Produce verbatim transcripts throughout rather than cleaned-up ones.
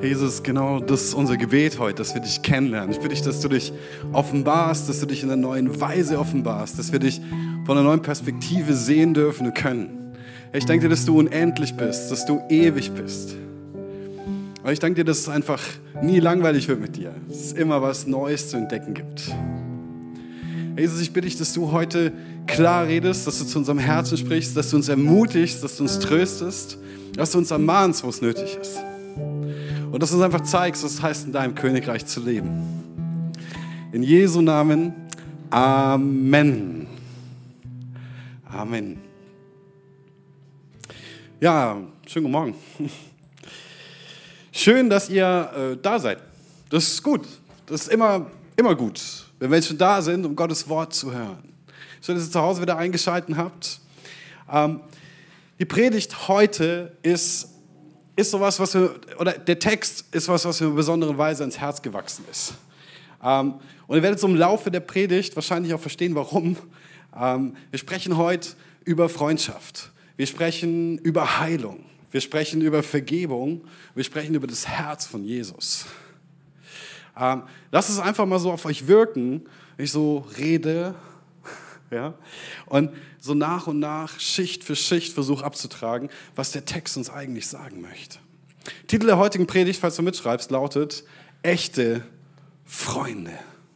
Jesus, genau das ist unser Gebet heute, dass wir dich kennenlernen. Ich bitte dich, dass du dich offenbarst, dass du dich in einer neuen Weise offenbarst, dass wir dich von einer neuen Perspektive sehen dürfen und können. Ich danke dir, dass du unendlich bist, dass du ewig bist. Und ich danke dir, dass es einfach nie langweilig wird mit dir, dass es immer was Neues zu entdecken gibt. Jesus, ich bitte dich, dass du heute klar redest, dass du zu unserem Herzen sprichst, dass du uns ermutigst, dass du uns tröstest, dass du uns ermahnst, wo es nötig ist. Und dass du uns einfach zeigst, was es heißt, in deinem Königreich zu leben. In Jesu Namen, Amen. Amen. Ja, schönen guten Morgen. Schön, dass ihr äh, da seid. Das ist gut. Das ist immer, immer gut, wenn Menschen da sind, um Gottes Wort zu hören. Schön, dass ihr zu Hause wieder eingeschaltet habt. Ähm, die Predigt heute ist ist sowas, was wir, oder der Text ist was, was mir in besonderer Weise ins Herz gewachsen ist. Ähm, und ihr werdet so im Laufe der Predigt wahrscheinlich auch verstehen, warum. Ähm, wir sprechen heute über Freundschaft. Wir sprechen über Heilung. Wir sprechen über Vergebung. Wir sprechen über das Herz von Jesus. Ähm, lasst es einfach mal so auf euch wirken, wenn ich so rede, ja, und so nach und nach, Schicht für Schicht versuche abzutragen, was der Text uns eigentlich sagen möchte. Titel der heutigen Predigt, falls du mitschreibst, lautet Echte Freunde.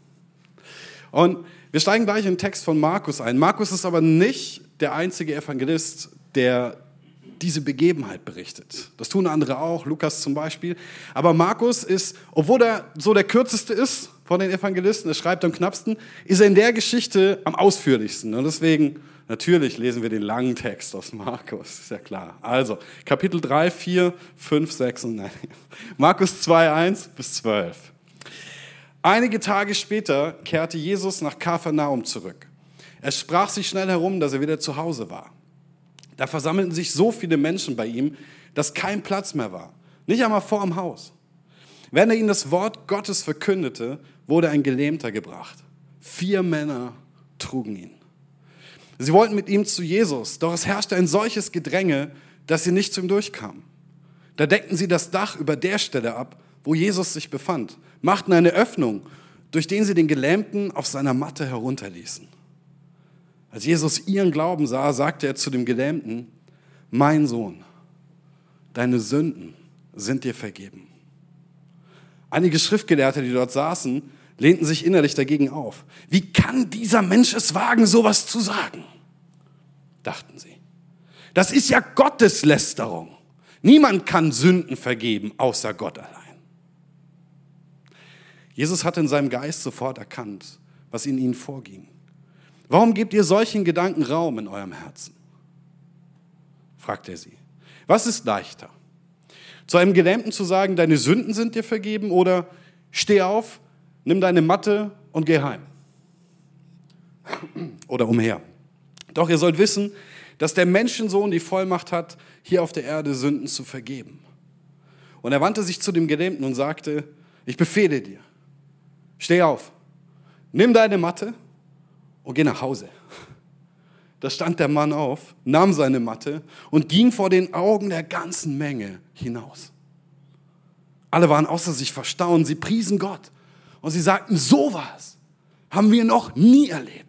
Und wir steigen gleich in den Text von Markus ein. Markus ist aber nicht der einzige Evangelist, der diese Begebenheit berichtet. Das tun andere auch, Lukas zum Beispiel. Aber Markus ist, obwohl er so der kürzeste ist von den Evangelisten, er schreibt am knappsten, ist er in der Geschichte am ausführlichsten. Und deswegen, natürlich lesen wir den langen Text aus Markus, ist ja klar. Also, Kapitel drei, vier, fünf, sechs und nein. Markus zwei, eins bis zwölf. Einige Tage später kehrte Jesus nach Kapharnaum zurück. Er sprach sich schnell herum, dass er wieder zu Hause war. Da versammelten sich so viele Menschen bei ihm, dass kein Platz mehr war. Nicht einmal vor dem Haus. Während er ihnen das Wort Gottes verkündete, wurde ein Gelähmter gebracht. Vier Männer trugen ihn. Sie wollten mit ihm zu Jesus, doch es herrschte ein solches Gedränge, dass sie nicht zu ihm durchkamen. Da deckten sie das Dach über der Stelle ab, wo Jesus sich befand, machten eine Öffnung, durch den sie den Gelähmten auf seiner Matte herunterließen. Als Jesus ihren Glauben sah, sagte er zu dem Gelähmten, mein Sohn, deine Sünden sind dir vergeben. Einige Schriftgelehrte, die dort saßen, lehnten sich innerlich dagegen auf. Wie kann dieser Mensch es wagen, sowas zu sagen? Dachten sie. Das ist ja Gotteslästerung. Niemand kann Sünden vergeben, außer Gott allein. Jesus hatte in seinem Geist sofort erkannt, was in ihnen vorging. Warum gebt ihr solchen Gedanken Raum in eurem Herzen? Fragt er sie. Was ist leichter? Zu einem Gelähmten zu sagen, deine Sünden sind dir vergeben oder steh auf, nimm deine Matte und geh heim. Oder umher. Doch ihr sollt wissen, dass der Menschensohn die Vollmacht hat, hier auf der Erde Sünden zu vergeben. Und er wandte sich zu dem Gelähmten und sagte, ich befehle dir, steh auf, nimm deine Matte und geh nach Hause. Da stand der Mann auf, nahm seine Matte und ging vor den Augen der ganzen Menge hinaus. Alle waren außer sich verstaunt, sie priesen Gott und sie sagten, sowas haben wir noch nie erlebt.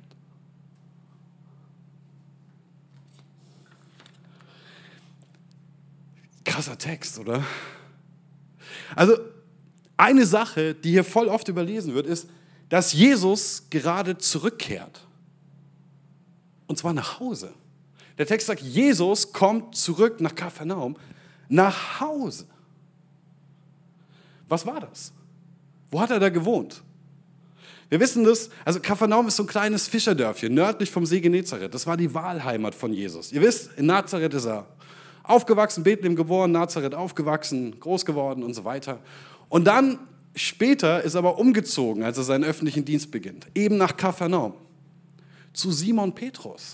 Krasser Text, oder? Also eine Sache, die hier voll oft überlesen wird, ist, dass Jesus gerade zurückkehrt. Und zwar nach Hause. Der Text sagt, Jesus kommt zurück nach Kapharnaum, nach Hause. Was war das? Wo hat er da gewohnt? Wir wissen das, also Kapharnaum ist so ein kleines Fischerdörfchen, nördlich vom See Genezareth. Das war die Wahlheimat von Jesus. Ihr wisst, in Nazareth ist er aufgewachsen, Bethlehem geboren, Nazareth aufgewachsen, groß geworden und so weiter. Und dann später ist er aber umgezogen, als er seinen öffentlichen Dienst beginnt, eben nach Kapharnaum. Zu Simon Petrus.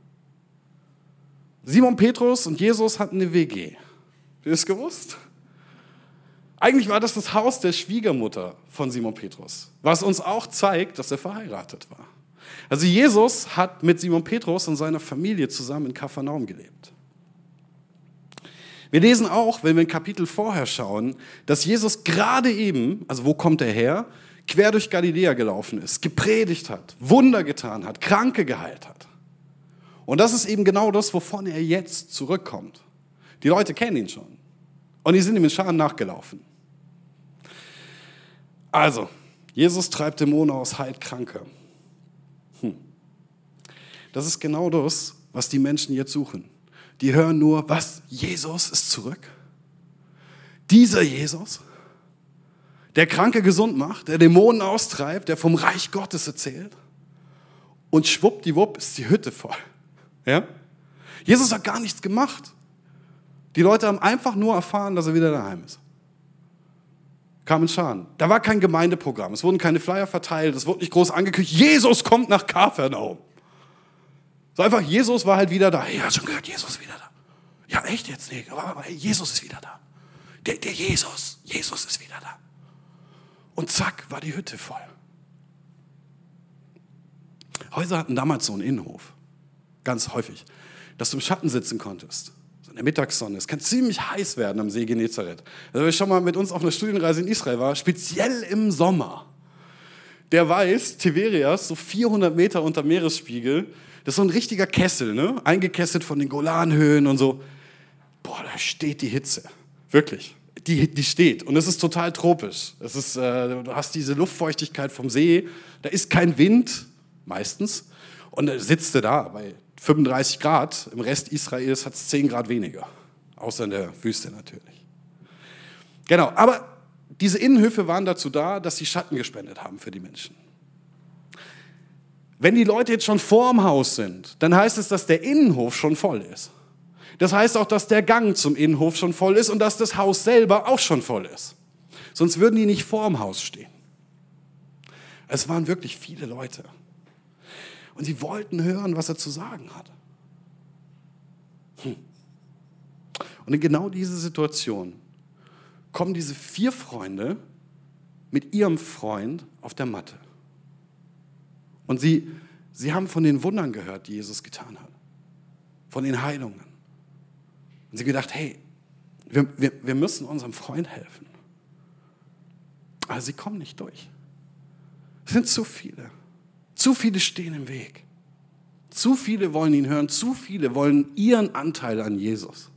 Simon Petrus und Jesus hatten eine W G. Habt ihr das gewusst? Eigentlich war das das Haus der Schwiegermutter von Simon Petrus, was uns auch zeigt, dass er verheiratet war. Also Jesus hat mit Simon Petrus und seiner Familie zusammen in Kapharnaum gelebt. Wir lesen auch, wenn wir ein Kapitel vorher schauen, dass Jesus gerade eben, also wo kommt er her, quer durch Galiläa gelaufen ist, gepredigt hat, Wunder getan hat, Kranke geheilt hat. Und das ist eben genau das, wovon er jetzt zurückkommt. Die Leute kennen ihn schon. Und die sind ihm in Scharen nachgelaufen. Also, Jesus treibt Dämonen aus, heilt Kranke. Hm. Das ist genau das, was die Menschen jetzt suchen. Die hören nur, was? Jesus ist zurück? Dieser Jesus, der Kranke gesund macht, der Dämonen austreibt, der vom Reich Gottes erzählt. Und schwuppdiwupp ist die Hütte voll. Ja? Jesus hat gar nichts gemacht. Die Leute haben einfach nur erfahren, dass er wieder daheim ist. Kam in Scharen. Da war kein Gemeindeprogramm. Es wurden keine Flyer verteilt. Es wurde nicht groß angekündigt. Jesus kommt nach Kapernaum. So einfach, Jesus war halt wieder da. Hey, hast schon gehört, Jesus ist wieder da. Ja, echt jetzt? Nee, aber hey, Jesus ist wieder da. Der, der Jesus, Jesus ist wieder da. Und zack, war die Hütte voll. Häuser hatten damals so einen Innenhof. Ganz häufig. Dass du im Schatten sitzen konntest. So in der Mittagssonne. Es kann ziemlich heiß werden am See Genezareth. Also wer schon mal mit uns auf einer Studienreise in Israel war, speziell im Sommer, der weiß, Tiberias, so vierhundert Meter unter Meeresspiegel, das ist so ein richtiger Kessel, ne? Eingekesselt von den Golanhöhen und so. Boah, da steht die Hitze. Wirklich. Die, die steht. Und es ist total tropisch. Es ist, äh, du hast diese Luftfeuchtigkeit vom See. Da ist kein Wind, meistens. Und dann sitzt du da bei fünfunddreißig Grad. Im Rest Israels hat es zehn Grad weniger. Außer in der Wüste natürlich. Genau, aber diese Innenhöfe waren dazu da, dass sie Schatten gespendet haben für die Menschen. Wenn die Leute jetzt schon vorm Haus sind, dann heißt es, dass der Innenhof schon voll ist. Das heißt auch, dass der Gang zum Innenhof schon voll ist und dass das Haus selber auch schon voll ist. Sonst würden die nicht vorm Haus stehen. Es waren wirklich viele Leute. Und sie wollten hören, was er zu sagen hat. Hm. Und in genau diese Situation kommen diese vier Freunde mit ihrem Freund auf der Matte. Und sie, sie haben von den Wundern gehört, die Jesus getan hat. Von den Heilungen. Und sie haben gedacht, hey, wir, wir, wir müssen unserem Freund helfen. Aber sie kommen nicht durch. Es sind zu viele. Zu viele stehen im Weg. Zu viele wollen ihn hören. Zu viele wollen ihren Anteil an Jesus.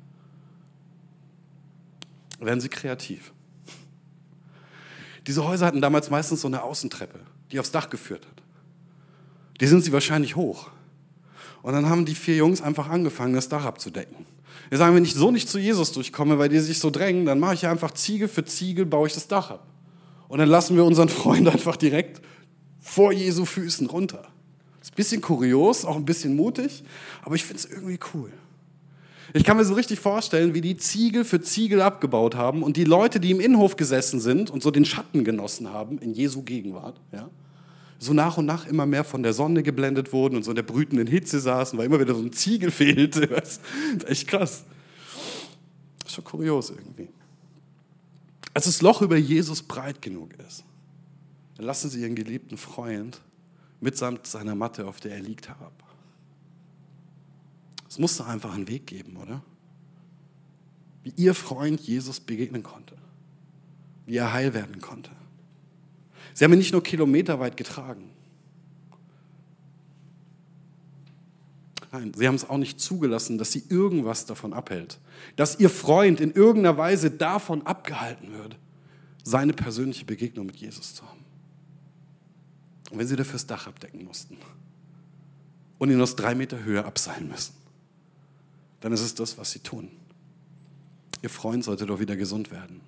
Werden sie kreativ. Diese Häuser hatten damals meistens so eine Außentreppe, die aufs Dach geführt hat. Die sind sie wahrscheinlich hoch. Und dann haben die vier Jungs einfach angefangen, das Dach abzudecken. Wir sagen, wenn ich so nicht zu Jesus durchkomme, weil die sich so drängen, dann mache ich einfach Ziegel für Ziegel, baue ich das Dach ab. Und dann lassen wir unseren Freund einfach direkt vor Jesu Füßen runter. Das ist ein bisschen kurios, auch ein bisschen mutig, aber ich finde es irgendwie cool. Ich kann mir so richtig vorstellen, wie die Ziegel für Ziegel abgebaut haben und die Leute, die im Innenhof gesessen sind und so den Schatten genossen haben in Jesu Gegenwart, ja, so nach und nach immer mehr von der Sonne geblendet wurden und so in der brütenden Hitze saßen, weil immer wieder so ein Ziegel fehlte. Das ist echt krass. Das ist schon kurios irgendwie. Als das Loch über Jesus breit genug ist, dann lassen sie ihren geliebten Freund mitsamt seiner Matte, auf der er liegt, herab. Es musste einfach einen Weg geben, oder? Wie ihr Freund Jesus begegnen konnte. Wie er heil werden konnte. Sie haben ihn nicht nur kilometerweit getragen. Nein, sie haben es auch nicht zugelassen, dass sie irgendwas davon abhält. Dass ihr Freund in irgendeiner Weise davon abgehalten wird, seine persönliche Begegnung mit Jesus zu haben. Und wenn sie dafür das Dach abdecken mussten und ihn aus drei Meter Höhe abseilen müssen, dann ist es das, was sie tun. Ihr Freund sollte doch wieder gesund werden.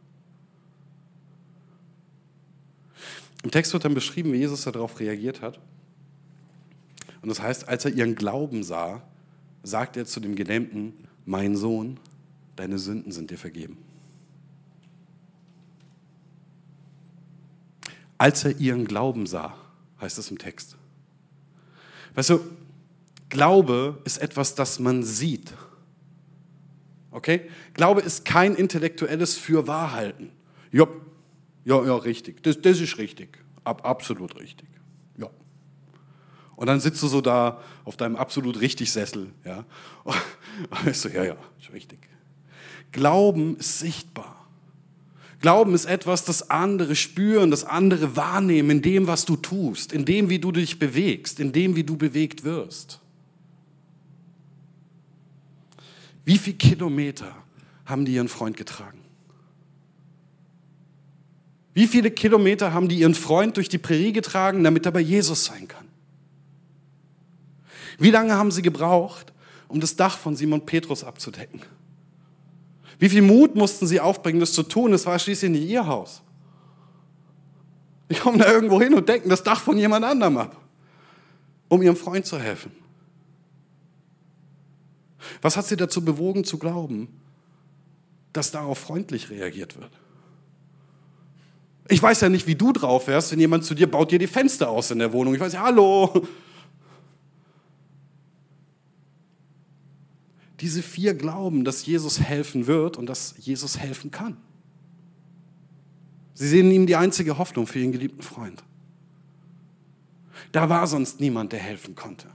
Im Text wird dann beschrieben, wie Jesus darauf reagiert hat. Und das heißt, als er ihren Glauben sah, sagt er zu dem Gelähmten, mein Sohn, deine Sünden sind dir vergeben. Als er ihren Glauben sah, heißt es im Text. Weißt du, Glaube ist etwas, das man sieht. Okay? Glaube ist kein intellektuelles Fürwahrhalten. Ja, ja, ja, richtig. Das, das ist richtig. Ab, absolut richtig. Ja. Und dann sitzt du so da auf deinem absolut richtig Sessel. Ja. Und ich so, ja, ja, ist richtig. Glauben ist sichtbar. Glauben ist etwas, das andere spüren, das andere wahrnehmen in dem, was du tust, in dem, wie du dich bewegst, in dem, wie du bewegt wirst. Wie viele Kilometer haben die ihren Freund getragen? Wie viele Kilometer haben die ihren Freund durch die Prärie getragen, damit er bei Jesus sein kann? Wie lange haben sie gebraucht, um das Dach von Simon Petrus abzudecken? Wie viel Mut mussten sie aufbringen, das zu tun? Es war schließlich nicht ihr Haus. Die kommen da irgendwo hin und decken das Dach von jemand anderem ab, um ihrem Freund zu helfen. Was hat sie dazu bewogen zu glauben, dass darauf freundlich reagiert wird? Ich weiß ja nicht, wie du drauf wärst, wenn jemand zu dir baut dir die Fenster aus in der Wohnung. Ich weiß ja, hallo. Diese vier glauben, dass Jesus helfen wird und dass Jesus helfen kann. Sie sehen in ihm die einzige Hoffnung für ihren geliebten Freund. Da war sonst niemand, der helfen konnte.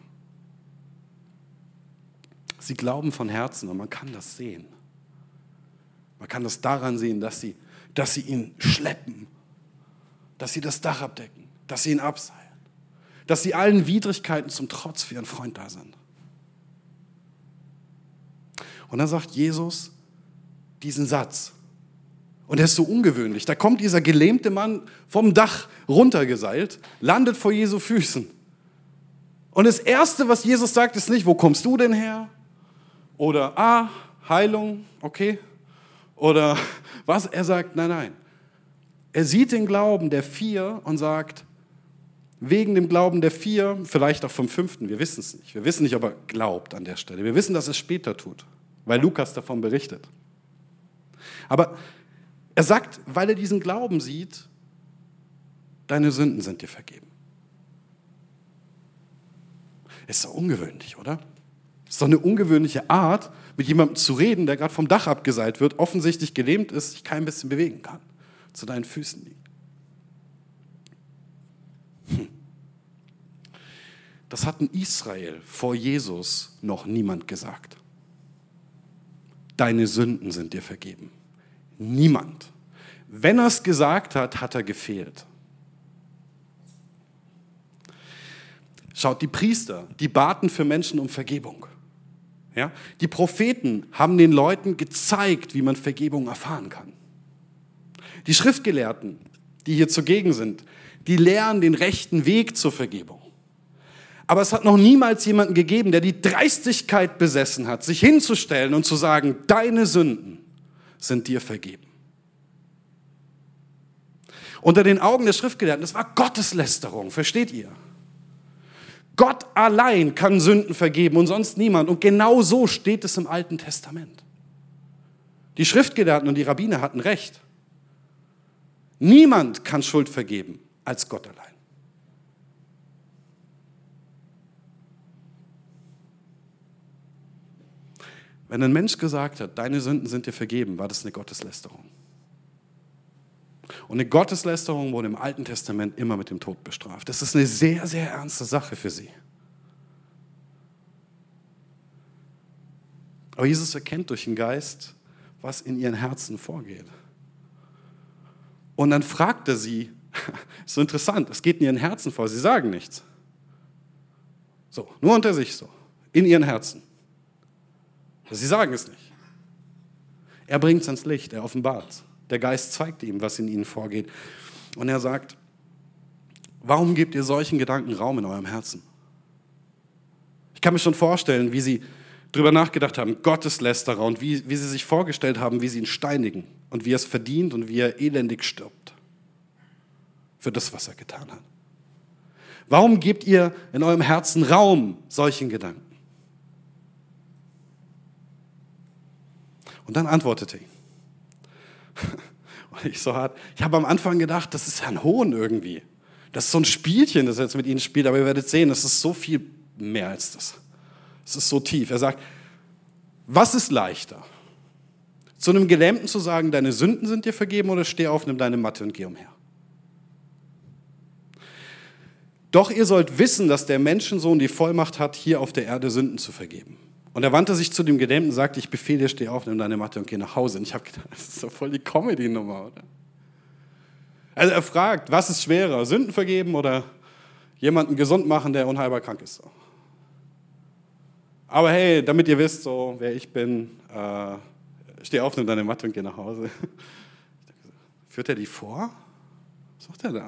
Sie glauben von Herzen und man kann das sehen. Man kann das daran sehen, dass sie, dass sie ihn schleppen, dass sie das Dach abdecken, dass sie ihn abseilen, dass sie allen Widrigkeiten zum Trotz für ihren Freund da sind. Und dann sagt Jesus diesen Satz. Und er ist so ungewöhnlich. Da kommt dieser gelähmte Mann vom Dach runtergeseilt, landet vor Jesu Füßen. Und das Erste, was Jesus sagt, ist nicht, wo kommst du denn her? Oder, ah, Heilung, okay. Oder was? Er sagt, nein, nein. Er sieht den Glauben der vier und sagt, wegen dem Glauben der vier, vielleicht auch vom fünften, wir wissen es nicht. Wir wissen nicht, ob er glaubt an der Stelle. Wir wissen, dass er es später tut, weil Lukas davon berichtet. Aber er sagt, weil er diesen Glauben sieht, deine Sünden sind dir vergeben. Ist doch ungewöhnlich, oder? Ist doch eine ungewöhnliche Art, mit jemandem zu reden, der gerade vom Dach abgeseilt wird, offensichtlich gelähmt ist, sich kein bisschen bewegen kann, zu deinen Füßen liegt. Hm. Das hat in Israel vor Jesus noch niemand gesagt. Deine Sünden sind dir vergeben. Niemand. Wenn er es gesagt hat, hat er gefehlt. Schaut, die Priester, die baten für Menschen um Vergebung. Ja? Die Propheten haben den Leuten gezeigt, wie man Vergebung erfahren kann. Die Schriftgelehrten, die hier zugegen sind, die lehren den rechten Weg zur Vergebung. Aber es hat noch niemals jemanden gegeben, der die Dreistigkeit besessen hat, sich hinzustellen und zu sagen, deine Sünden sind dir vergeben. Unter den Augen der Schriftgelehrten, das war Gotteslästerung, versteht ihr? Gott allein kann Sünden vergeben und sonst niemand. Und genau so steht es im Alten Testament. Die Schriftgelehrten und die Rabbiner hatten recht. Niemand kann Schuld vergeben als Gott allein. Wenn ein Mensch gesagt hat, deine Sünden sind dir vergeben, war das eine Gotteslästerung. Und eine Gotteslästerung wurde im Alten Testament immer mit dem Tod bestraft. Das ist eine sehr, sehr ernste Sache für sie. Aber Jesus erkennt durch den Geist, was in ihren Herzen vorgeht. Und dann fragt er sie, so interessant, es geht in ihren Herzen vor, sie sagen nichts. So, nur unter sich so, in ihren Herzen. Sie sagen es nicht. Er bringt es ans Licht, er offenbart es. Der Geist zeigt ihm, was in ihnen vorgeht. Und er sagt, warum gebt ihr solchen Gedanken Raum in eurem Herzen? Ich kann mir schon vorstellen, wie sie drüber nachgedacht haben, Gotteslästerer, und wie, wie sie sich vorgestellt haben, wie sie ihn steinigen und wie er es verdient und wie er elendig stirbt für das, was er getan hat. Warum gebt ihr in eurem Herzen Raum solchen Gedanken? Und dann antwortete ihn. Und ich so hart, ich habe am Anfang gedacht, das ist ja ein Hohn irgendwie. Das ist so ein Spielchen, das er jetzt mit ihnen spielt, aber ihr werdet sehen, das ist so viel mehr als das. Es ist so tief. Er sagt, was ist leichter? Zu einem Gelähmten zu sagen, deine Sünden sind dir vergeben, oder steh auf, nimm deine Matte und geh umher. Doch ihr sollt wissen, dass der Menschensohn die Vollmacht hat, hier auf der Erde Sünden zu vergeben. Und er wandte sich zu dem Gelähmten und sagte, ich befehle dir, steh auf, nimm deine Matte und geh nach Hause. Und ich habe gedacht, das ist doch voll die Comedy-Nummer, oder? Also er fragt, was ist schwerer, Sünden vergeben oder jemanden gesund machen, der unheilbar krank ist? So. Aber hey, damit ihr wisst, so, wer ich bin, äh, steh auf, nimm deine Matte und geh nach Hause. Führt er die vor? Was macht er da?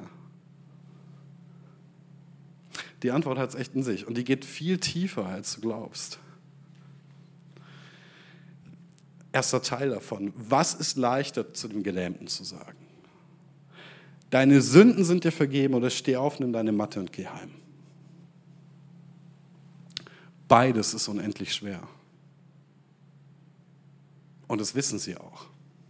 Die Antwort hat es echt in sich und die geht viel tiefer, als du glaubst. Erster Teil davon. Was ist leichter, zu dem Gelähmten zu sagen? Deine Sünden sind dir vergeben oder steh auf, nimm deine Matte und geh heim. Beides ist unendlich schwer. Und das wissen sie auch.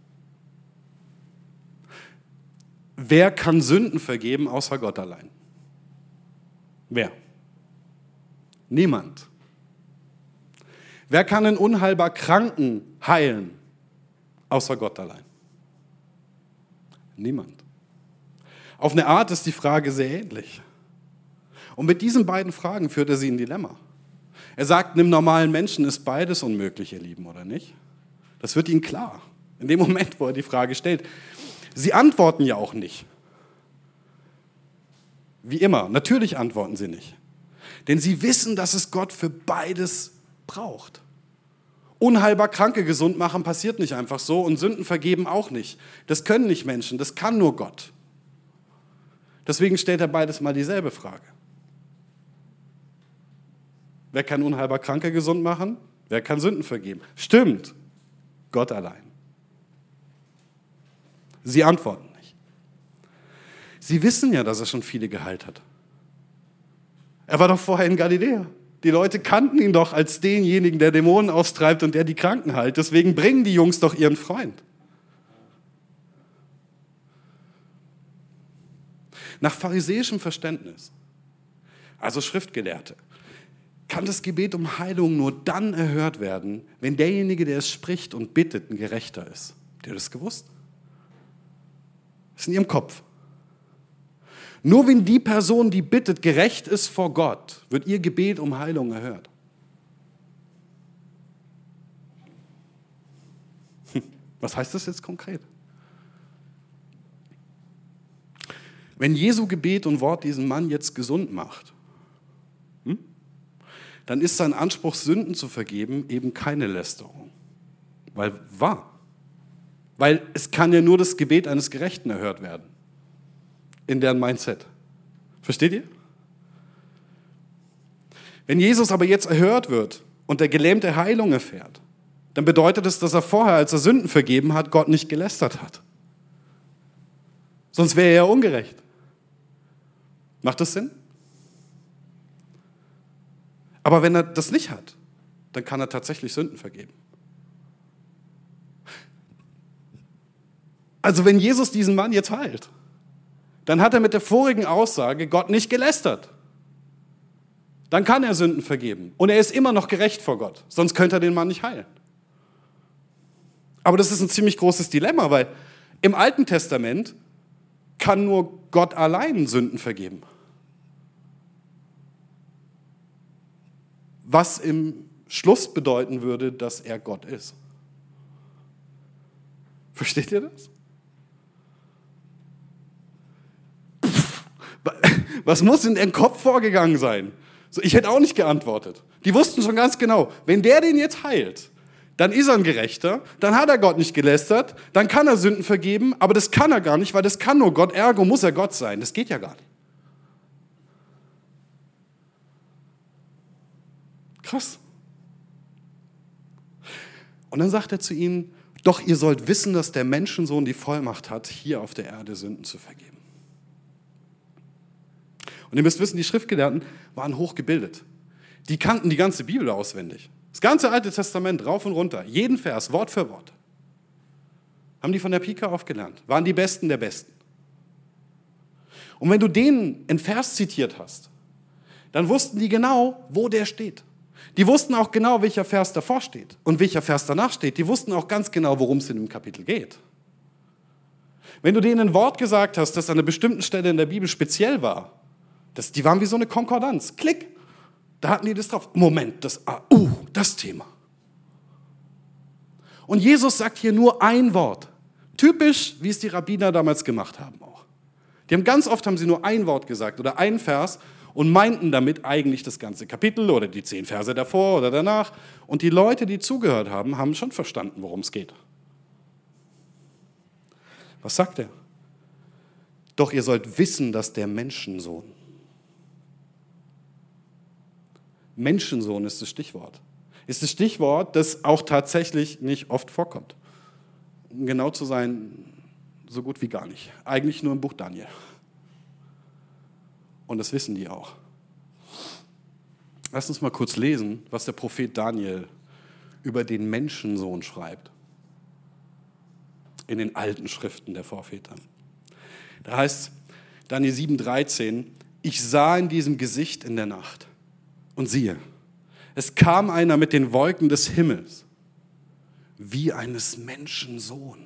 Wer kann Sünden vergeben, außer Gott allein? Wer? Niemand. Wer kann einen unheilbar Kranken heilen, außer Gott allein? Niemand. Auf eine Art ist die Frage sehr ähnlich. Und mit diesen beiden Fragen führt er sie in ein Dilemma. Er sagt, einem normalen Menschen ist beides unmöglich, ihr Lieben, oder nicht? Das wird ihnen klar, in dem Moment, wo er die Frage stellt. Sie antworten ja auch nicht. Wie immer, natürlich antworten sie nicht. Denn sie wissen, dass es Gott für beides braucht. Unheilbar Kranke gesund machen passiert nicht einfach so und Sünden vergeben auch nicht. Das können nicht Menschen, das kann nur Gott. Deswegen stellt er beides mal dieselbe Frage. Wer kann unheilbar Kranke gesund machen? Wer kann Sünden vergeben? Stimmt, Gott allein. Sie antworten nicht. Sie wissen ja, dass er schon viele geheilt hat. Er war doch vorher in Galiläa. Die Leute kannten ihn doch als denjenigen, der Dämonen austreibt und der die Kranken heilt. Deswegen bringen die Jungs doch ihren Freund. Nach pharisäischem Verständnis, also Schriftgelehrte, kann das Gebet um Heilung nur dann erhört werden, wenn derjenige, der es spricht und bittet, ein Gerechter ist. Habt ihr das gewusst? Das ist in ihrem Kopf. Nur wenn die Person, die bittet, gerecht ist vor Gott, wird ihr Gebet um Heilung erhört. Was heißt das jetzt konkret? Wenn Jesu Gebet und Wort diesen Mann jetzt gesund macht, hm, dann ist sein Anspruch, Sünden zu vergeben, eben keine Lästerung. Weil wahr. Weil es kann ja nur das Gebet eines Gerechten erhört werden. In deren Mindset. Versteht ihr? Wenn Jesus aber jetzt erhört wird und der Gelähmte Heilung erfährt, dann bedeutet es, dass er vorher, als er Sünden vergeben hat, Gott nicht gelästert hat. Sonst wäre er ja ungerecht. Macht das Sinn? Aber wenn er das nicht hat, dann kann er tatsächlich Sünden vergeben. Also wenn Jesus diesen Mann jetzt heilt, dann hat er mit der vorigen Aussage Gott nicht gelästert. Dann kann er Sünden vergeben. Und er ist immer noch gerecht vor Gott. Sonst könnte er den Mann nicht heilen. Aber das ist ein ziemlich großes Dilemma, weil im Alten Testament kann nur Gott allein Sünden vergeben. Was im Schluss bedeuten würde, dass er Gott ist. Versteht ihr das? Was muss in ihrem Kopf vorgegangen sein? So, ich hätte auch nicht geantwortet. Die wussten schon ganz genau, wenn der den jetzt heilt, dann ist er ein Gerechter, dann hat er Gott nicht gelästert, dann kann er Sünden vergeben, aber das kann er gar nicht, weil das kann nur Gott, ergo muss er Gott sein. Das geht ja gar nicht. Krass. Und dann sagt er zu ihnen, doch ihr sollt wissen, dass der Menschensohn die Vollmacht hat, hier auf der Erde Sünden zu vergeben. Und ihr müsst wissen, die Schriftgelehrten waren hochgebildet. Die kannten die ganze Bibel auswendig. Das ganze Alte Testament, rauf und runter, jeden Vers, Wort für Wort. Haben die von der Pike auf gelernt. Waren die Besten der Besten. Und wenn du denen einen Vers zitiert hast, dann wussten die genau, wo der steht. Die wussten auch genau, welcher Vers davor steht und welcher Vers danach steht. Die wussten auch ganz genau, worum es in dem Kapitel geht. Wenn du denen ein Wort gesagt hast, das an einer bestimmten Stelle in der Bibel speziell war, das, die waren wie so eine Konkordanz. Klick. Da hatten die das drauf. Moment, das, ah, uh, das Thema. Und Jesus sagt hier nur ein Wort. Typisch, wie es die Rabbiner damals gemacht haben auch. Die haben ganz oft haben sie nur ein Wort gesagt oder einen Vers und meinten damit eigentlich das ganze Kapitel oder die zehn Verse davor oder danach. Und die Leute, die zugehört haben, haben schon verstanden, worum es geht. Was sagt er? Doch ihr sollt wissen, dass der Menschensohn, Menschensohn ist das Stichwort, ist das Stichwort, das auch tatsächlich nicht oft vorkommt. Um genau zu sein, so gut wie gar nicht. Eigentlich nur im Buch Daniel. Und das wissen die auch. Lass uns mal kurz lesen, was der Prophet Daniel über den Menschensohn schreibt. In den alten Schriften der Vorväter. Da heißt Daniel sieben dreizehn, ich sah in diesem Gesicht in der Nacht und siehe, es kam einer mit den Wolken des Himmels, wie eines Menschen Sohn,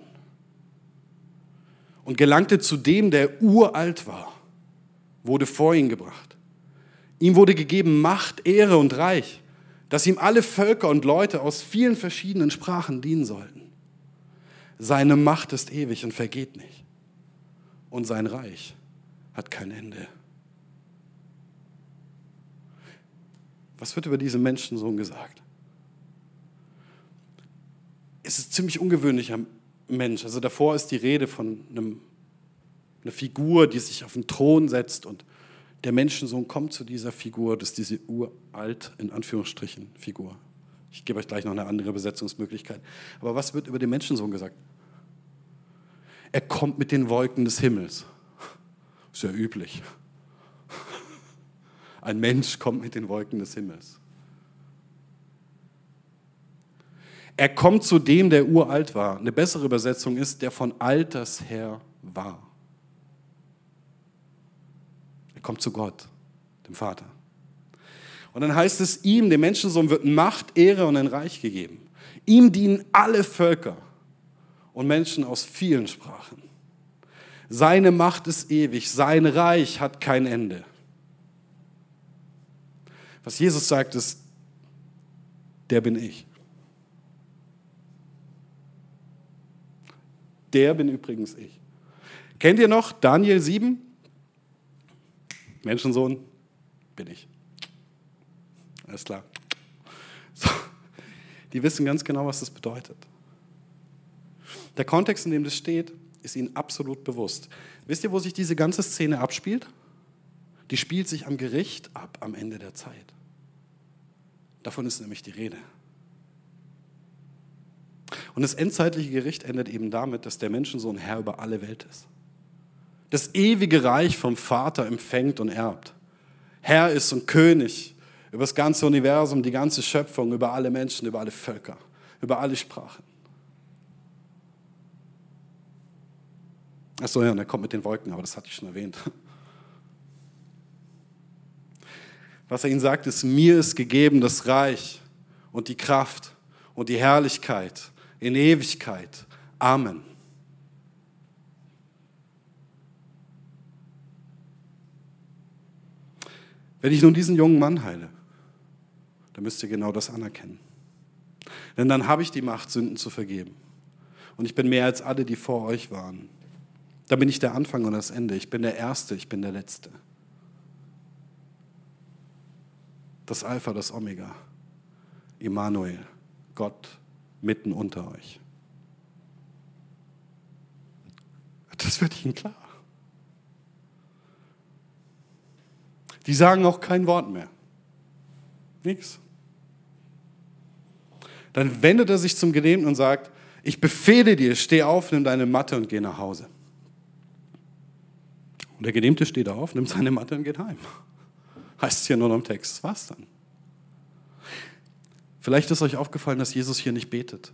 und gelangte zu dem, der uralt war, wurde vor ihn gebracht. Ihm wurde gegeben Macht, Ehre und Reich, dass ihm alle Völker und Leute aus vielen verschiedenen Sprachen dienen sollten. Seine Macht ist ewig und vergeht nicht. Und sein Reich hat kein Ende. Was wird über diesen Menschensohn gesagt? Es ist ein ziemlich ungewöhnlicher Mensch. Also davor ist die Rede von einem, einer Figur, die sich auf den Thron setzt und der Menschensohn kommt zu dieser Figur, das ist diese uralt, in Anführungsstrichen, Figur. Ich gebe euch gleich noch eine andere Besetzungsmöglichkeit. Aber was wird über den Menschensohn gesagt? Er kommt mit den Wolken des Himmels. Ist ja üblich. Ein Mensch kommt mit den Wolken des Himmels. Er kommt zu dem, der uralt war. Eine bessere Übersetzung ist, der von Alters her war. Er kommt zu Gott, dem Vater. Und dann heißt es, ihm, dem Menschensohn, wird Macht, Ehre und ein Reich gegeben. Ihm dienen alle Völker und Menschen aus vielen Sprachen. Seine Macht ist ewig, sein Reich hat kein Ende. Was Jesus sagt, ist, der bin ich. Der bin übrigens ich. Kennt ihr noch Daniel sieben? Menschensohn, bin ich. Alles klar. So. Die wissen ganz genau, was das bedeutet. Der Kontext, in dem das steht, ist ihnen absolut bewusst. Wisst ihr, wo sich diese ganze Szene abspielt? Die spielt sich am Gericht ab, am Ende der Zeit. Davon ist nämlich die Rede. Und das endzeitliche Gericht endet eben damit, dass der Menschensohn Herr über alle Welt ist. Das ewige Reich vom Vater empfängt und erbt. Herr ist und König über das ganze Universum, die ganze Schöpfung, über alle Menschen, über alle Völker, über alle Sprachen. Achso, ja, und er kommt mit den Wolken, aber das hatte ich schon erwähnt. Was er ihnen sagt, ist, mir ist gegeben das Reich und die Kraft und die Herrlichkeit in Ewigkeit. Amen. Wenn ich nun diesen jungen Mann heile, dann müsst ihr genau das anerkennen. Denn dann habe ich die Macht, Sünden zu vergeben. Und ich bin mehr als alle, die vor euch waren. Da bin ich der Anfang und das Ende. Ich bin der Erste, ich bin der Letzte. Das Alpha, das Omega. Immanuel, Gott mitten unter euch. Das wird ihnen klar. Die sagen auch kein Wort mehr. Nichts. Dann wendet er sich zum Gelähmten und sagt, ich befehle dir, steh auf, nimm deine Matte und geh nach Hause. Und der Gelähmte steht auf, nimmt seine Matte und geht heim. Heißt es hier nur noch im Text. Das war's dann. Vielleicht ist euch aufgefallen, dass Jesus hier nicht betet.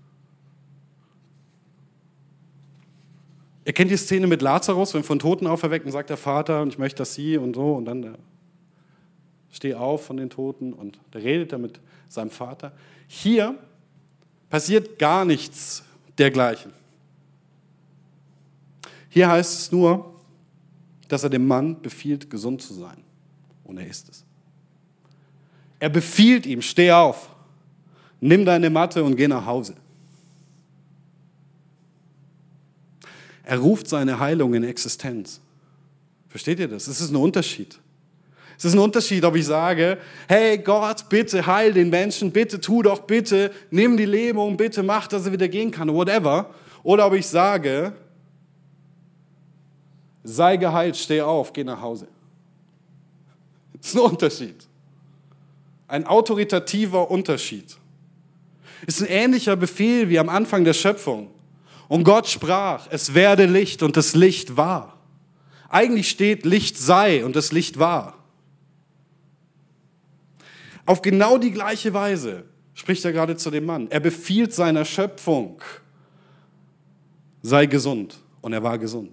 Ihr kennt die Szene mit Lazarus, wenn von Toten auferweckt und sagt der Vater, und ich möchte, dass sie und so, und dann der, steh auf von den Toten und da redet er mit seinem Vater. Hier passiert gar nichts dergleichen. Hier heißt es nur, dass er dem Mann befiehlt, gesund zu sein. Und er ist es. Er befiehlt ihm, steh auf, nimm deine Matte und geh nach Hause. Er ruft seine Heilung in Existenz. Versteht ihr das? Es ist ein Unterschied. Es ist ein Unterschied, ob ich sage, hey Gott, bitte heil den Menschen, bitte tu doch, bitte nimm die Lähmung, bitte mach, dass er wieder gehen kann, whatever. Oder ob ich sage, sei geheilt, steh auf, geh nach Hause. Das ist ein Unterschied. Ein autoritativer Unterschied. Es ist ein ähnlicher Befehl wie am Anfang der Schöpfung. Und Gott sprach, es werde Licht und das Licht war. Eigentlich steht Licht sei und das Licht war. Auf genau die gleiche Weise spricht er gerade zu dem Mann. Er befiehlt seiner Schöpfung, sei gesund. Und er war gesund.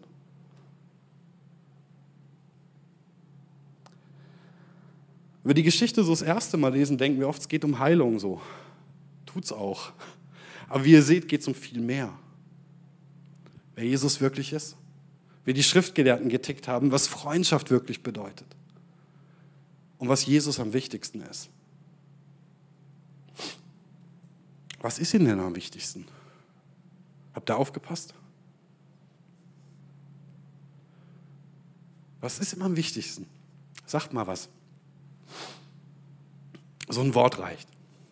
Wenn wir die Geschichte so das erste Mal lesen, denken wir oft, es geht um Heilung so. Tut's auch. Aber wie ihr seht, geht es um viel mehr. Wer Jesus wirklich ist, wie die Schriftgelehrten getickt haben, was Freundschaft wirklich bedeutet und was Jesus am wichtigsten ist. Was ist Ihnen denn am wichtigsten? Habt ihr aufgepasst? Was ist immer am wichtigsten? Sagt mal was. So ein Wort reicht.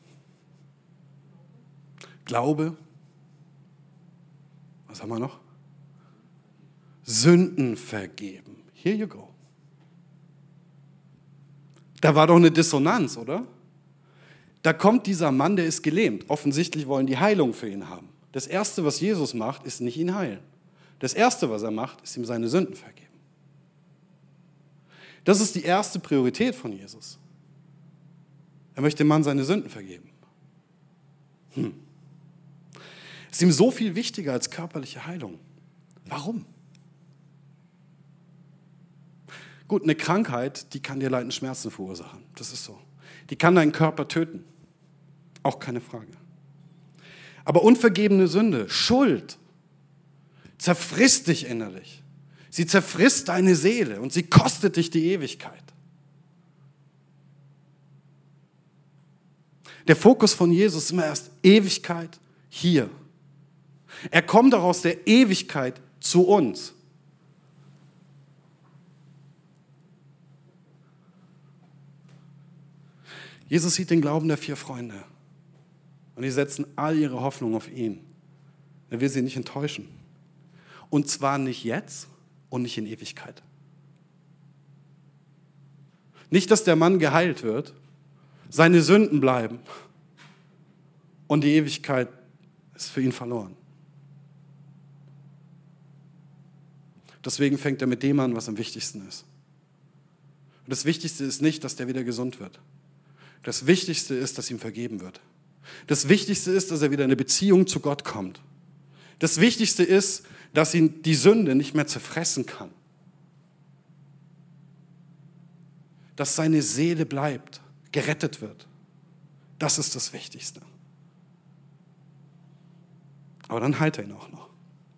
Glaube. Was haben wir noch? Sünden vergeben. Here you go. Da war doch eine Dissonanz, oder? Da kommt dieser Mann, der ist gelähmt. Offensichtlich wollen die Heilung für ihn haben. Das Erste, was Jesus macht, ist nicht ihn heilen. Das Erste, was er macht, ist ihm seine Sünden vergeben. Das ist die erste Priorität von Jesus. Er möchte dem Mann seine Sünden vergeben. Hm. Ist ihm so viel wichtiger als körperliche Heilung. Warum? Gut, eine Krankheit, die kann dir Leid und Schmerzen verursachen. Das ist so. Die kann deinen Körper töten. Auch keine Frage. Aber unvergebene Sünde, Schuld, zerfrisst dich innerlich. Sie zerfrisst deine Seele und sie kostet dich die Ewigkeit. Der Fokus von Jesus ist immer erst Ewigkeit hier. Er kommt auch aus der Ewigkeit zu uns. Jesus sieht den Glauben der vier Freunde und die setzen all ihre Hoffnung auf ihn. Er will sie nicht enttäuschen. Und zwar nicht jetzt und nicht in Ewigkeit. Nicht, dass der Mann geheilt wird, seine Sünden bleiben und die Ewigkeit ist für ihn verloren. Deswegen fängt er mit dem an, was am wichtigsten ist. Und das Wichtigste ist nicht, dass der wieder gesund wird. Das Wichtigste ist, dass ihm vergeben wird. Das Wichtigste ist, dass er wieder in eine Beziehung zu Gott kommt. Das Wichtigste ist, dass ihn die Sünde nicht mehr zerfressen kann. Dass seine Seele bleibt, gerettet wird. Das ist das Wichtigste. Aber dann heilt er ihn auch noch.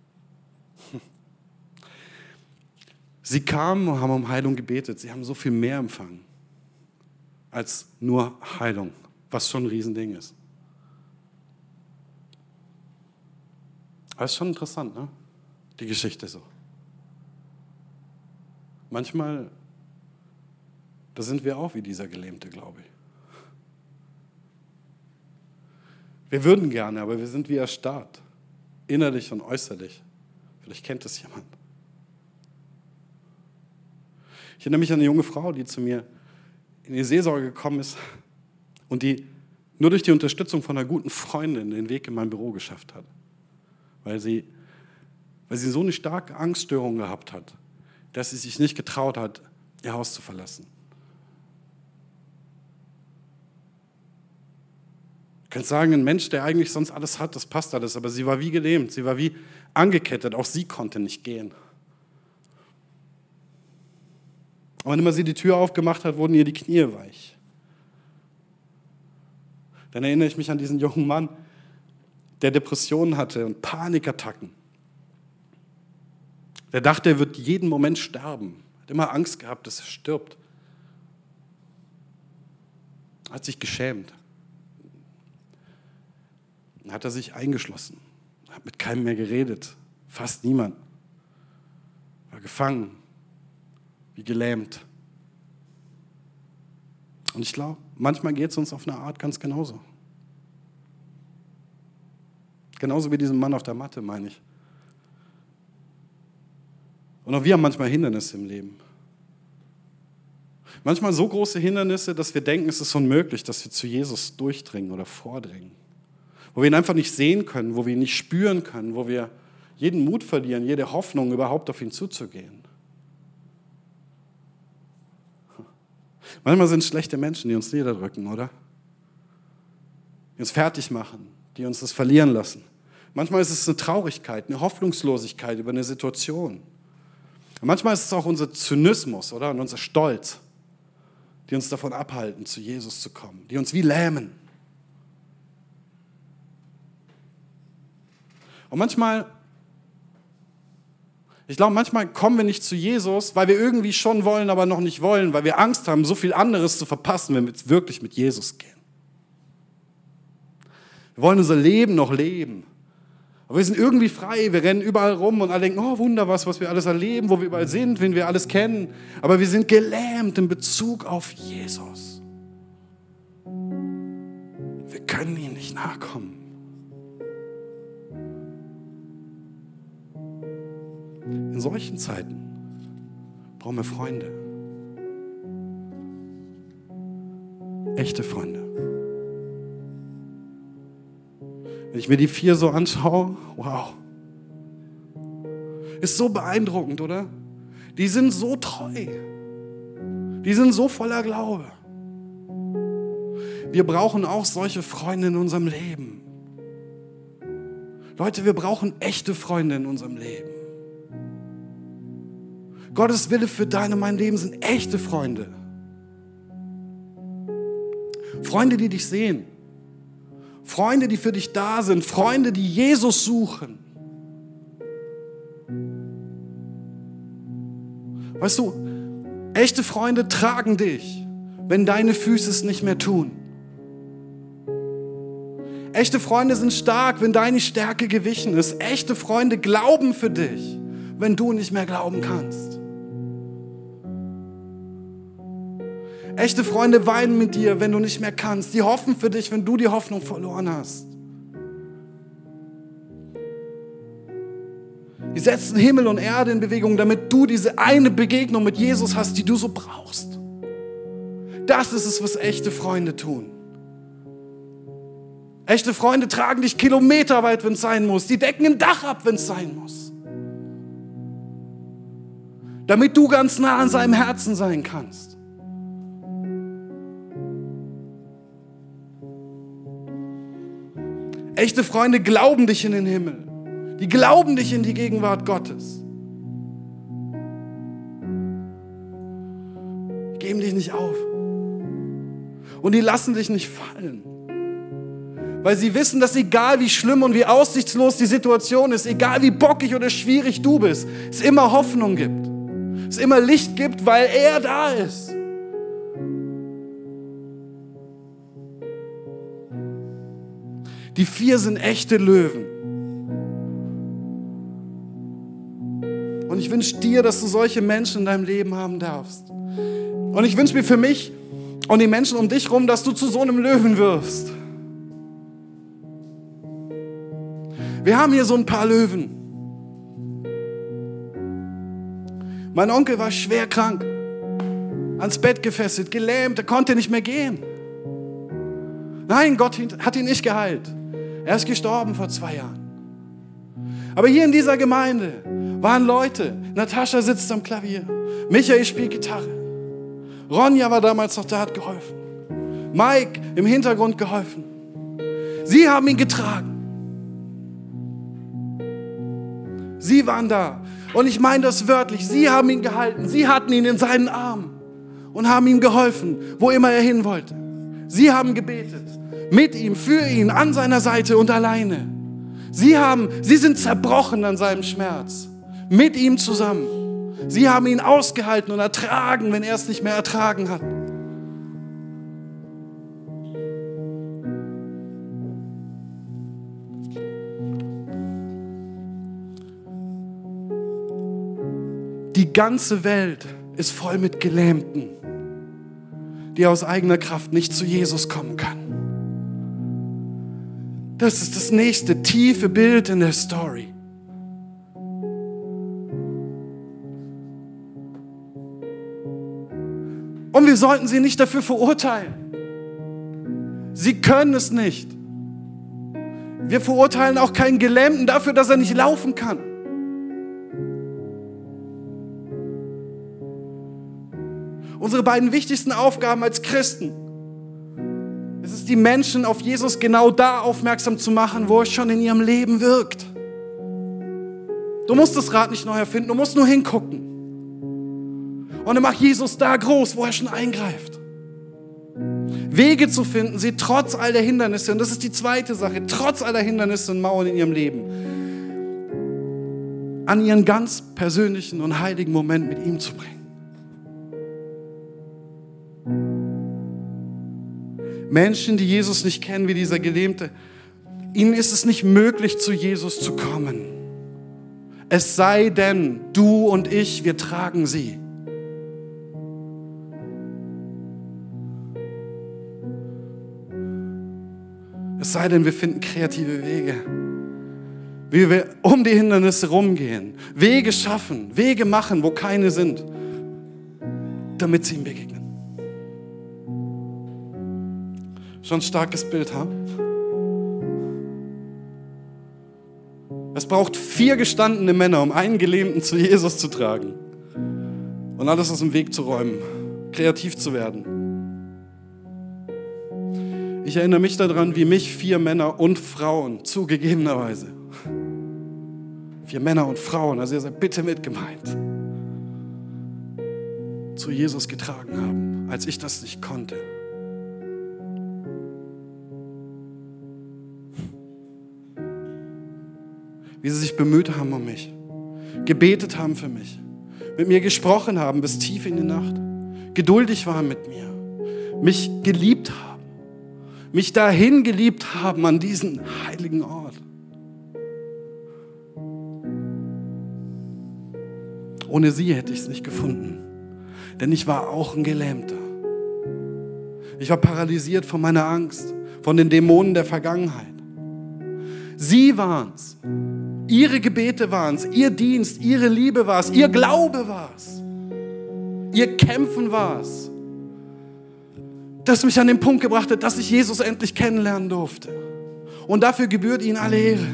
Sie kamen und haben um Heilung gebetet. Sie haben so viel mehr empfangen als nur Heilung, was schon ein Riesending ist. Aber es ist schon interessant, ne? Die Geschichte so. Manchmal, da sind wir auch wie dieser Gelähmte, glaube ich. Wir würden gerne, aber wir sind wie erstarrt. Innerlich und äußerlich. Vielleicht kennt das jemand. Ich erinnere mich an eine junge Frau, die zu mir in die Seelsorge gekommen ist und die nur durch die Unterstützung von einer guten Freundin den Weg in mein Büro geschafft hat. Weil sie, weil sie so eine starke Angststörung gehabt hat, dass sie sich nicht getraut hat, ihr Haus zu verlassen. Ich könnte sagen, ein Mensch, der eigentlich sonst alles hat, das passt alles, aber sie war wie gelähmt, sie war wie angekettet, auch sie konnte nicht gehen. Und wenn immer sie die Tür aufgemacht hat, wurden ihr die Knie weich. Dann erinnere ich mich an diesen jungen Mann, der Depressionen hatte und Panikattacken. Der dachte, er wird jeden Moment sterben. Hat immer Angst gehabt, dass er stirbt. hat sich geschämt. Dann hat er sich eingeschlossen, hat mit keinem mehr geredet, fast niemand. War gefangen, wie gelähmt. Und ich glaube, manchmal geht es uns auf eine Art ganz genauso. Genauso wie diesem Mann auf der Matte, meine ich. Und auch wir haben manchmal Hindernisse im Leben. Manchmal so große Hindernisse, dass wir denken, es ist unmöglich, dass wir zu Jesus durchdringen oder vordringen. Wo wir ihn einfach nicht sehen können, wo wir ihn nicht spüren können, wo wir jeden Mut verlieren, jede Hoffnung, überhaupt auf ihn zuzugehen. Manchmal sind es schlechte Menschen, die uns niederdrücken, oder? Die uns fertig machen, die uns das verlieren lassen. Manchmal ist es eine Traurigkeit, eine Hoffnungslosigkeit über eine Situation. Und manchmal ist es auch unser Zynismus, oder? Und unser Stolz, die uns davon abhalten, zu Jesus zu kommen, die uns wie lähmen. Und manchmal, ich glaube, manchmal kommen wir nicht zu Jesus, weil wir irgendwie schon wollen, aber noch nicht wollen, weil wir Angst haben, so viel anderes zu verpassen, wenn wir jetzt wirklich mit Jesus gehen. Wir wollen unser Leben noch leben. Aber wir sind irgendwie frei, wir rennen überall rum und alle denken, oh Wunder, was, was wir alles erleben, wo wir überall sind, wen wir alles kennen. Aber wir sind gelähmt in Bezug auf Jesus. Wir können ihm nicht nachkommen. In solchen Zeiten brauchen wir Freunde. Echte Freunde. Wenn ich mir die vier so anschaue, wow. Ist so beeindruckend, oder? Die sind so treu. Die sind so voller Glaube. Wir brauchen auch solche Freunde in unserem Leben. Leute, wir brauchen echte Freunde in unserem Leben. Gottes Wille für dein und mein Leben sind echte Freunde. Freunde, die dich sehen. Freunde, die für dich da sind. Freunde, die Jesus suchen. Weißt du, echte Freunde tragen dich, wenn deine Füße es nicht mehr tun. Echte Freunde sind stark, wenn deine Stärke gewichen ist. Echte Freunde glauben für dich, wenn du nicht mehr glauben kannst. Echte Freunde weinen mit dir, wenn du nicht mehr kannst. Die hoffen für dich, wenn du die Hoffnung verloren hast. Die setzen Himmel und Erde in Bewegung, damit du diese eine Begegnung mit Jesus hast, die du so brauchst. Das ist es, was echte Freunde tun. Echte Freunde tragen dich kilometerweit, wenn es sein muss. Die decken ein Dach ab, wenn es sein muss. Damit du ganz nah an seinem Herzen sein kannst. Echte Freunde glauben dich in den Himmel. Die glauben dich in die Gegenwart Gottes. Die geben dich nicht auf. Und die lassen dich nicht fallen. Weil sie wissen, dass egal wie schlimm und wie aussichtslos die Situation ist, egal wie bockig oder schwierig du bist, es immer Hoffnung gibt. Es immer Licht gibt, weil er da ist. Die vier sind echte Löwen. Und ich wünsche dir, dass du solche Menschen in deinem Leben haben darfst. Und ich wünsche mir für mich und die Menschen um dich herum, dass du zu so einem Löwen wirst. Wir haben hier so ein paar Löwen. Mein Onkel war schwer krank, ans Bett gefesselt, gelähmt, er konnte nicht mehr gehen. Nein, Gott hat ihn nicht geheilt. Er ist gestorben vor zwei Jahren. Aber hier in dieser Gemeinde waren Leute. Natascha sitzt am Klavier. Michael spielt Gitarre. Ronja war damals noch da, hat geholfen. Mike im Hintergrund geholfen. Sie haben ihn getragen. Sie waren da. Und ich meine das wörtlich. Sie haben ihn gehalten. Sie hatten ihn in seinen Armen und haben ihm geholfen, wo immer er hin wollte. Sie haben gebetet. Mit ihm, für ihn, an seiner Seite und alleine. Sie haben, sie sind zerbrochen an seinem Schmerz. Mit ihm zusammen. Sie haben ihn ausgehalten und ertragen, wenn er es nicht mehr ertragen hat. Die ganze Welt ist voll mit Gelähmten, die aus eigener Kraft nicht zu Jesus kommen können. Das ist das nächste tiefe Bild in der Story. Und wir sollten sie nicht dafür verurteilen. Sie können es nicht. Wir verurteilen auch keinen Gelähmten dafür, dass er nicht laufen kann. Unsere beiden wichtigsten Aufgaben als Christen, es ist, die Menschen auf Jesus genau da aufmerksam zu machen, wo er schon in ihrem Leben wirkt. Du musst das Rad nicht neu erfinden, du musst nur hingucken. Und dann mach Jesus da groß, wo er schon eingreift. Wege zu finden, sie trotz all der Hindernisse, und das ist die zweite Sache, trotz aller Hindernisse und Mauern in ihrem Leben, an ihren ganz persönlichen und heiligen Moment mit ihm zu bringen. Menschen, die Jesus nicht kennen, wie dieser Gelähmte, ihnen ist es nicht möglich, zu Jesus zu kommen. Es sei denn, du und ich, wir tragen sie. Es sei denn, wir finden kreative Wege, wie wir um die Hindernisse rumgehen, Wege schaffen, Wege machen, wo keine sind, damit sie ihm begegnen. Schon ein starkes Bild, ha? Es braucht vier gestandene Männer, um einen Gelähmten zu Jesus zu tragen und alles aus dem Weg zu räumen, kreativ zu werden. Ich erinnere mich daran, wie mich vier Männer und Frauen, zugegebenerweise, vier Männer und Frauen, also ihr seid bitte mit gemeint, zu Jesus getragen haben, als ich das nicht konnte. Wie sie sich bemüht haben um mich, gebetet haben für mich, mit mir gesprochen haben bis tief in die Nacht, geduldig waren mit mir, mich geliebt haben, mich dahin geliebt haben an diesen heiligen Ort. Ohne sie hätte ich es nicht gefunden, denn ich war auch ein Gelähmter. Ich war paralysiert von meiner Angst, von den Dämonen der Vergangenheit. Sie waren es. Ihre Gebete waren es, ihr Dienst, ihre Liebe war es, ihr Glaube war es, ihr Kämpfen war es, das mich an den Punkt gebracht hat, dass ich Jesus endlich kennenlernen durfte. Und dafür gebührt ihnen alle Ehre.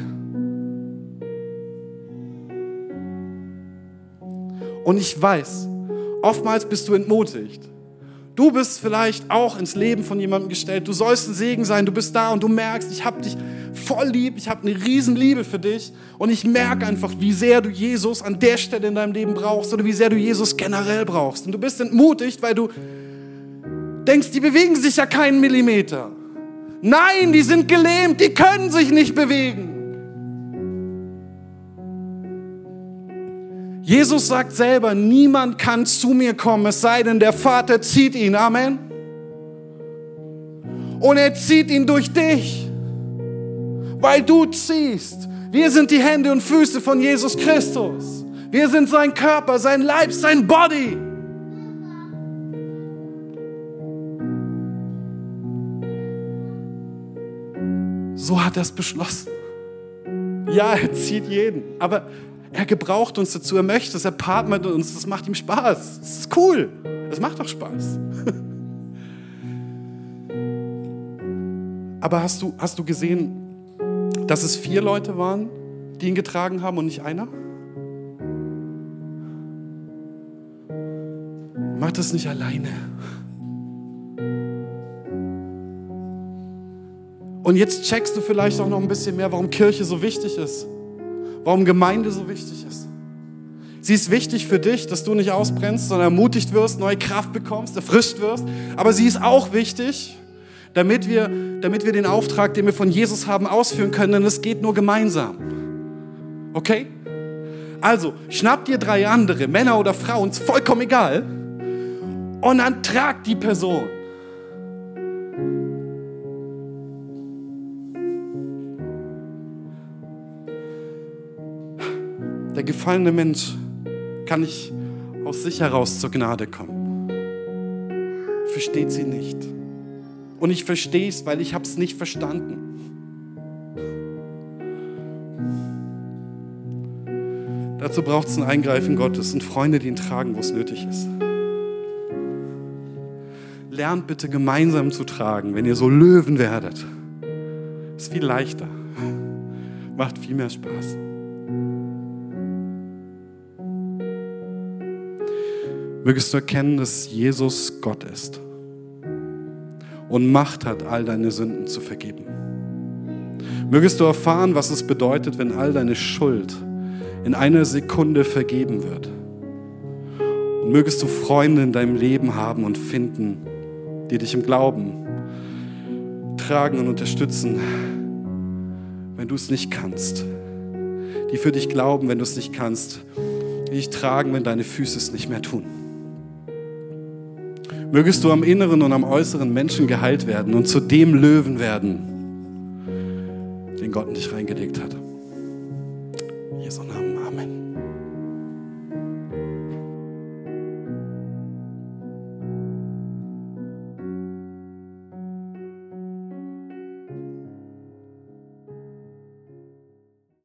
Und ich weiß, oftmals bist du entmutigt. Du bist vielleicht auch ins Leben von jemandem gestellt. Du sollst ein Segen sein. Du bist da und du merkst, ich habe dich voll lieb. Ich habe eine Riesenliebe für dich. Und ich merke einfach, wie sehr du Jesus an der Stelle in deinem Leben brauchst oder wie sehr du Jesus generell brauchst. Und du bist entmutigt, weil du denkst, die bewegen sich ja keinen Millimeter. Nein, die sind gelähmt. Die können sich nicht bewegen. Jesus sagt selber, niemand kann zu mir kommen, es sei denn, der Vater zieht ihn. Amen. Und er zieht ihn durch dich, weil du ziehst. Wir sind die Hände und Füße von Jesus Christus. Wir sind sein Körper, sein Leib, sein Body. So hat er es beschlossen. Ja, er zieht jeden, aber er gebraucht uns dazu, er möchte es, er partnert mit uns, das macht ihm Spaß. Das ist cool, das macht doch Spaß. Aber hast du, hast du gesehen, dass es vier Leute waren, die ihn getragen haben und nicht einer? Mach das nicht alleine. Und jetzt checkst du vielleicht auch noch ein bisschen mehr, warum Kirche so wichtig ist. Warum Gemeinde so wichtig ist. Sie ist wichtig für dich, dass du nicht ausbrennst, sondern ermutigt wirst, neue Kraft bekommst, erfrischt wirst. Aber sie ist auch wichtig, damit wir, damit wir den Auftrag, den wir von Jesus haben, ausführen können. Denn es geht nur gemeinsam. Okay? Also, schnapp dir drei andere, Männer oder Frauen, ist vollkommen egal. Und dann trag die Person. Der gefallene Mensch kann nicht aus sich heraus zur Gnade kommen. Versteht sie nicht. Und ich verstehe es, weil ich habe es nicht verstanden. Dazu braucht es ein Eingreifen Gottes und Freunde, die ihn tragen, wo es nötig ist. Lernt bitte gemeinsam zu tragen, wenn ihr so Löwen werdet. Ist viel leichter. Macht viel mehr Spaß. Mögest du erkennen, dass Jesus Gott ist und Macht hat, all deine Sünden zu vergeben. Mögest du erfahren, was es bedeutet, wenn all deine Schuld in einer Sekunde vergeben wird. Und mögest du Freunde in deinem Leben haben und finden, die dich im Glauben tragen und unterstützen, wenn du es nicht kannst. Die für dich glauben, wenn du es nicht kannst. Die dich tragen, wenn deine Füße es nicht mehr tun. Mögest du am inneren und am äußeren Menschen geheilt werden und zu dem Löwen werden, den Gott in dich reingelegt hat. In Jesu Namen.